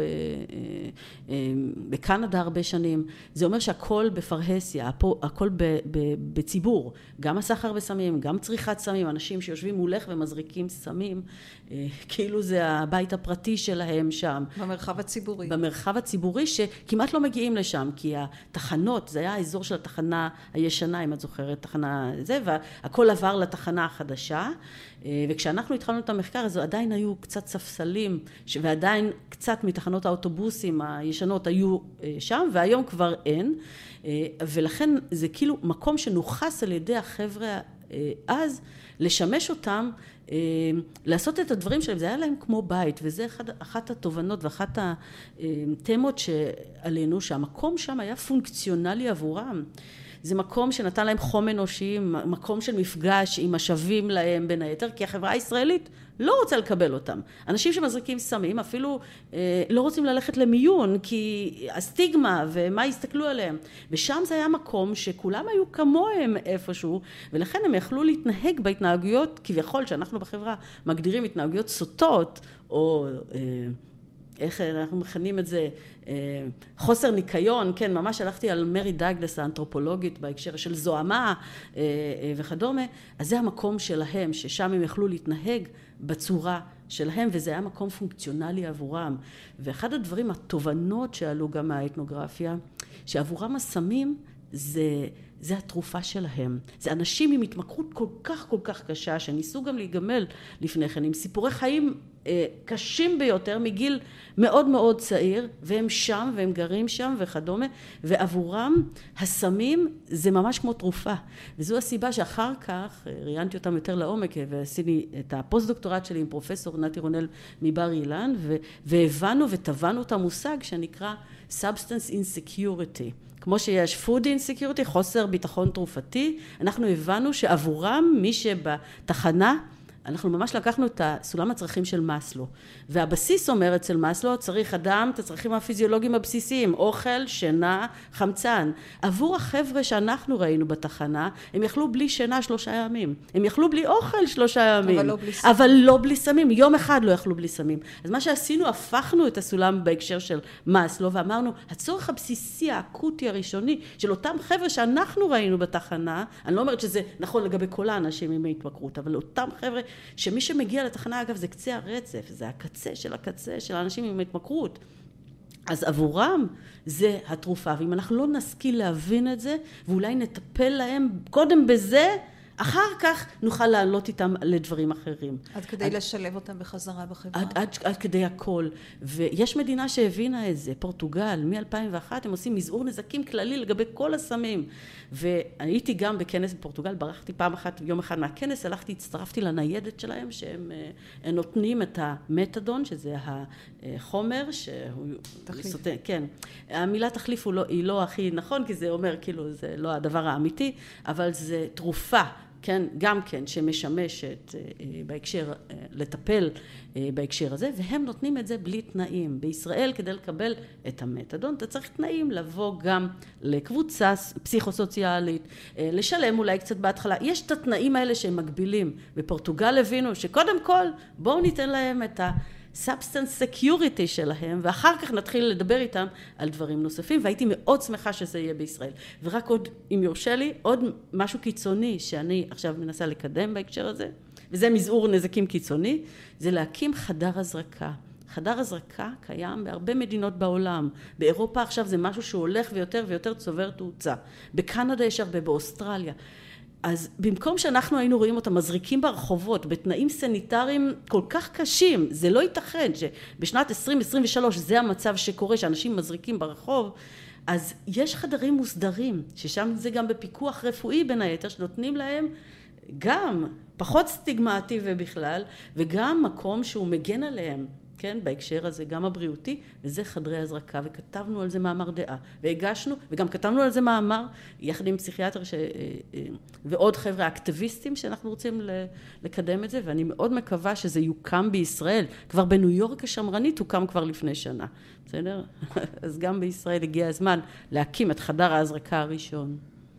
[SPEAKER 2] בקנדה הרבה שנים. זה אומר שהכל בפרהסיה, הכל בציבור, גם הסחר בסמים, גם צריכת סמים, אנשים שיושבים מולך ומזריקים סמים, כאילו זה הבית הפרטי שלהם שם.
[SPEAKER 1] במרחב הציבורי.
[SPEAKER 2] במרחב הציבורי שכמעט לא מגיעים לשם, כי התחנות, זה היה האזור של התחנה הישנה, אם את זוכרת, תחנה זה, והכל עבר לתחנה החדשה, וכשאנחנו התחלנו את המחקר, אז עדיין היו קצת ספסלים, ועדיין קצת מתחנות האוטובוסים הישנות היו שם, והיום כבר אין, ולכן זה כאילו מקום שנוחס על ידי החבר'ה אז, לשמש אותם, לעשות את הדברים שלהם, זה היה להם כמו בית, וזה אחת התובנות ואחת התמות שעלינו, שהמקום שם היה פונקציונלי עבורם. זה מקום שנתן להם חום אנושי, מקום של מפגש עם משאבים להם בין היתר, כי החברה הישראלית לא רוצה לקבל אותם. אנשים שמזריקים סמים אפילו לא רוצים ללכת למיון, כי הסטיגמה ומה יסתכלו עליהם. ושם זה היה מקום שכולם היו כמוהם איפשהו, ולכן הם יכלו להתנהג בהתנהגויות, כביכול שאנחנו בחברה מגדירים התנהגויות סוטות, או איך אנחנו מכנים את זה, חוסר ניקיון, כן, ממש הלכתי על מרי דאגלס האנתרופולוגית בהקשר של זוהמה וכדומה, אז זה המקום שלהם, ששם הם יכלו להתנהג בצורה שלהם, וזה היה מקום פונקציונלי עבורם. ואחד הדברים, התובנות שעלו גם מהאתנוגרפיה, שעבורם הסמים זה התרופה שלהם. זה אנשים עם התמכרות כל כך קשה, שניסו גם להיגמל לפני כן, עם סיפורי חיים קשים ביותר, מגיל מאוד מאוד צעיר, והם שם, והם גרים שם וכדומה, ועבורם הסמים זה ממש כמו תרופה. וזו הסיבה שאחר כך ראיינתי אותם יותר לעומק, ועשיתי את הפוסט-דוקטורט שלי עם פרופסור נתי רונל מבר אילן, והבנו וטבענו את המושג שנקרא Substance Insecurity. כמו שיש food insecurity, חוסר ביטחון תרופתי, אנחנו הבנו שעבורם מי שבתחנה, אנחנו ממש לקחנו את סולם הצרכים של מאסלו. והבסיס אומר אצל מאסלו, צריך אדם, את הצרכים הפיזיולוגיים הבסיסיים, אוכל, שינה, חמצן. עבור החבר'ה שאנחנו ראינו בתחנה, הם יכלו בלי שינה 3 ימים. הם יכלו בלי אוכל 3 ימים. אבל לא בלי סמים. יום אחד לא יכלו בלי סמים. אז מה שעשינו, הפכנו את הסולם בהקשר של מאסלו, ואמרנו, הצורך הבסיסי, האקוטי הראשוני, של אותם חבר'ה שאנחנו ראינו בתחנה, אני לא אומרת שזה נכון לגבי כל האנשים עם ההתמכרות, אבל אותם חבר'ה שמי שמגיע לתחנה, אגב, זה קצה הרצף, זה הקצה של האנשים עם התמכרות. אז עבורם זה התרופה, ואם אנחנו לא נשכיל להבין את זה, ואולי נטפל להם קודם בזה, אחר כך נוכל לעלות איתם לדברים אחרים.
[SPEAKER 1] עד כדי לשלב אותם בחזרה בחברה?
[SPEAKER 2] עד כדי הכל. ויש מדינה שהבינה את זה, פורטוגל, מ-2001, הם עושים מזעור נזקים כללי לגבי כל הסמים. והייתי גם בכנס בפורטוגל, ברחתי יום אחד מהכנס, הצטרפתי לניידת שלהם, שהם נותנים את המתדון, שזה החומר, שהוא...
[SPEAKER 1] תחליף.
[SPEAKER 2] כן. המילה תחליף היא לא הכי נכון, כי זה אומר, כאילו, זה לא הדבר האמיתי, אבל זה תרופה. כן, גם כן, שמשמשת בהקשר, לטפל בהקשר הזה, והם נותנים את זה בלי תנאים. בישראל, כדי לקבל את המתדון, אתה צריך תנאים לבוא גם לקבוצה פסיכוסוציאלית, לשלם אולי קצת בהתחלה. יש את התנאים האלה שהם מגבילים. בפורטוגל הבינו שקודם כל, בואו ניתן להם את substance security שלהם, ואחר כך נתחיל לדבר איתם על דברים נוספים, והייתי מאוד שמחה שזה יהיה בישראל. ורק עוד, אם יורשה לי, עוד משהו קיצוני שאני עכשיו מנסה לקדם בהקשר הזה, וזה מזעור נזקים קיצוני, זה להקים חדר הזרקה. חדר הזרקה קיים בהרבה מדינות בעולם. באירופה עכשיו זה משהו שהולך ויותר ויותר צובר תאוצה. בקנדה יש הרבה, באוסטרליה. אז במקום שאנחנו היינו רואים אותם מזריקים ברחובות, בתנאים סניטריים כל כך קשים, זה לא ייתכן שבשנת 2023 זה המצב שקורה, שאנשים מזריקים ברחוב, אז יש חדרים מוסדרים, ששם זה גם בפיקוח רפואי בין היתר, שנותנים להם גם פחות סטיגמטי ובכלל, וגם מקום שהוא מגן עליהם. כן, בהקשר הזה גם הבריאותי, וזה חדרי הזרקה, וכתבנו על זה מאמר דעה, והגשנו, וגם כתבנו על זה מאמר, יחד עם פסיכיאטר ועוד חבר'ה אקטיביסטים שאנחנו רוצים לקדם את זה, ואני מאוד מקווה שזה יוקם בישראל, כבר בניו יורק השמרנית הוקם כבר לפני שנה, בסדר? אז גם בישראל הגיע הזמן להקים את חדר ההזרקה הראשון.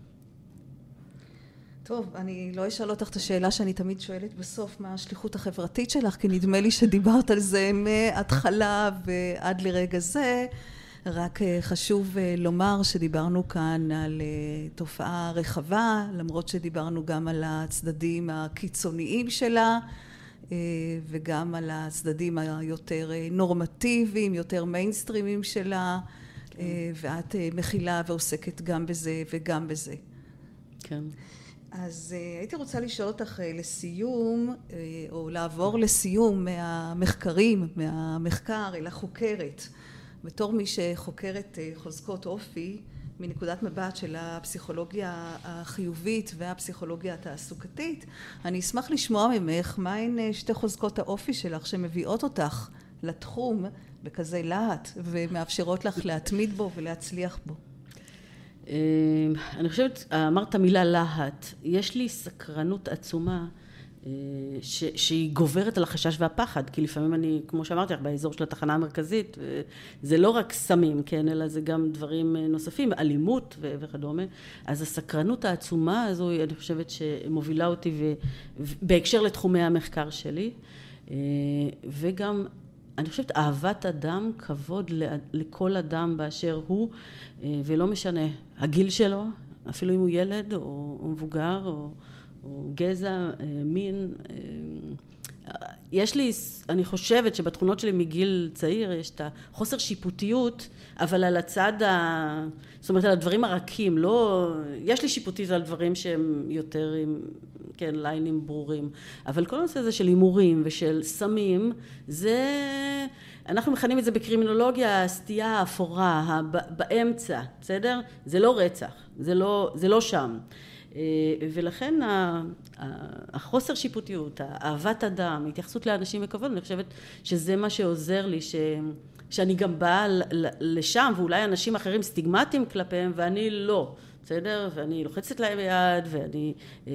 [SPEAKER 1] טוב, אני לא אשאל אותך את השאלה שאני תמיד שואלת בסוף, מה השליחות החברתית שלך, כי נדמה לי שדיברת על זה מההתחלה ועד לרגע זה, רק חשוב לומר שדיברנו כאן על תופעה רחבה, למרות שדיברנו גם על הצדדים הקיצוניים שלה, וגם על הצדדים היותר נורמטיביים, יותר מיינסטרימיים שלה, ואת מכילה ועוסקת גם בזה וגם בזה.
[SPEAKER 2] כן.
[SPEAKER 1] אז הייתי רוצה לשאול אותך לסיום, או לעבור לסיום מהמחקרים, מהמחקר אל החוקרת. בתור מי שחוקרת חוזקות אופי, מנקודת מבט של הפסיכולוגיה החיובית והפסיכולוגיה התעסוקתית, אני אשמח לשמוע ממך מהן 2 חוזקות האופי שלך שמביאות אותך לתחום בכזה להט, ומאפשרות לך להתמיד בו ולהצליח בו.
[SPEAKER 2] אני חושבת, אמרת מילה להט, יש לי סקרנות עצומה שהיא גוברת על החשש והפחד, כי לפעמים אני, כמו שאמרתי לך, באזור של התחנה המרכזית, זה לא רק סמים, כן, אלא זה גם דברים נוספים, אלימות וכדומה, אז הסקרנות העצומה הזו, אני חושבת שמובילה אותי בהקשר לתחומי המחקר שלי, וגם אני חושבת אהבת אדם, כבוד לכל אדם באשר הוא, ולא משנה הגיל שלו, אפילו אם הוא ילד או מבוגר או גזע, מין. יש לי, אני חושבת שבתכונות שלי מגיל צעיר יש את החוסר שיפוטיות, אבל על הצד, זאת אומרת על הדברים הרכים, לא, יש לי שיפוטית על דברים שהם יותר עם, כן, ליינים ברורים, אבל כל הנושא הזה של הימורים ושל סמים, זה, אנחנו מכנים את זה בקרימינולוגיה, הסטייה האפורה, באמצע, בסדר? זה לא רצח, זה לא שם. ולכן החוסר שיפוטיות, אהבת אדם, התייחסות לאנשים וכבוד, אני חושבת שזה מה שעוזר לי שאני גם באה לשם, ואולי אנשים אחרים סטיגמטיים כלפיהם, ואני לא, בסדר? ואני לוחצת להם ביד, ואני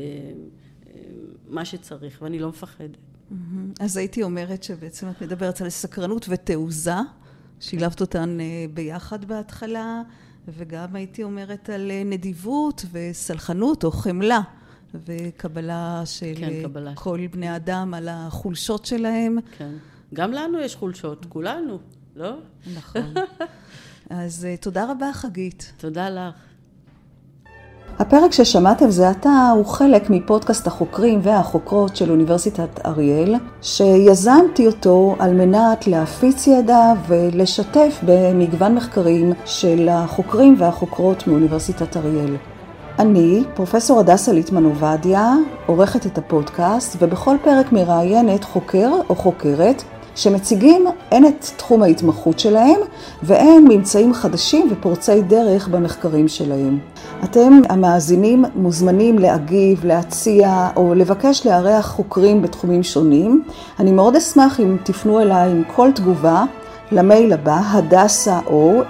[SPEAKER 2] מה שצריך, ואני לא מפחדת.
[SPEAKER 1] אז הייתי אומרת שבעצם את מדברת על סקרנות ותעוזה, שילבת אותן ביחד בהתחלה, וגם הייתי אומרת על נדיבות וסלחנות או חמלה, וקבלה של כל בני אדם על החולשות שלהם.
[SPEAKER 2] כן. גם לנו יש חולשות, כולנו, לא?
[SPEAKER 1] נכון. אז תודה רבה חגית.
[SPEAKER 2] תודה לך.
[SPEAKER 1] הפרק ששמעתם זה עתה הוא חלק מפודקאסט החוקרים והחוקרות של אוניברסיטת אריאל, שיזמתי אותו על מנת להפיץ ידע ולשתף במגוון מחקרים של החוקרים והחוקרות מאוניברסיטת אריאל. אני, פרופסור הדסה ליטמן עובדיה, עורכת את הפודקאסט, ובכל פרק מראיינת חוקר או חוקרת שמציגים הן את תחום ההתמחות שלהם והן ממצאים חדשים ופורצי דרך במחקרים שלהם. אתם המאזינים מוזמנים להגיב, להציע או לבקש לארח חוקרים בתחומים שונים. אני מאוד אשמח אם תפנו אליי עם כל תגובה למייל הבא hadassaho,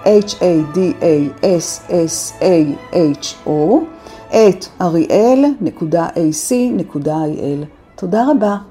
[SPEAKER 1] hadassaho @ariel.ac.il. תודה רבה.